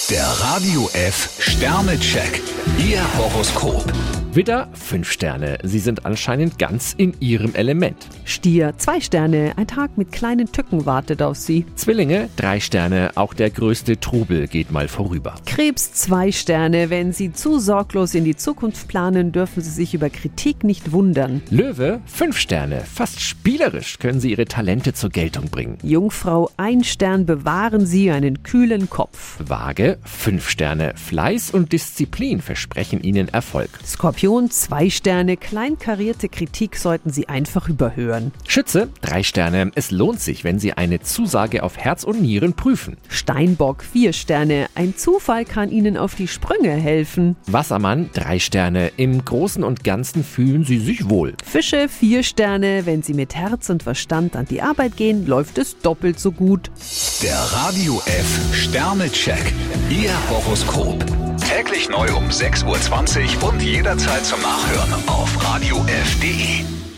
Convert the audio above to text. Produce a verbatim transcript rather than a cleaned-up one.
Der Radio F Sternecheck. Ihr Horoskop. Widder, fünf Sterne. Sie sind anscheinend ganz in Ihrem Element. Stier, zwei Sterne. Ein Tag mit kleinen Tücken wartet auf Sie. Zwillinge, drei Sterne. Auch der größte Trubel geht mal vorüber. Krebs, zwei Sterne. Wenn Sie zu sorglos in die Zukunft planen, dürfen Sie sich über Kritik nicht wundern. Löwe, fünf Sterne. Fast spielerisch können Sie Ihre Talente zur Geltung bringen. Jungfrau, ein Stern. Bewahren Sie einen kühlen Kopf. Waage, fünf Sterne. Fleiß und Disziplin versprechen Ihnen Erfolg. Skorpion, zwei Sterne. Kleinkarierte Kritik sollten Sie einfach überhören. Schütze, drei Sterne. Es lohnt sich, wenn Sie eine Zusage auf Herz und Nieren prüfen. Steinbock, vier Sterne. Ein Zufall kann Ihnen auf die Sprünge helfen. Wassermann, drei Sterne. Im Großen und Ganzen fühlen Sie sich wohl. Fische, vier Sterne. Wenn Sie mit Herz und Verstand an die Arbeit gehen, läuft es doppelt so gut. Der Radio F Sternecheck. Ihr Horoskop. Täglich neu um sechs Uhr zwanzig und jederzeit zum Nachhören auf radio f punkt de.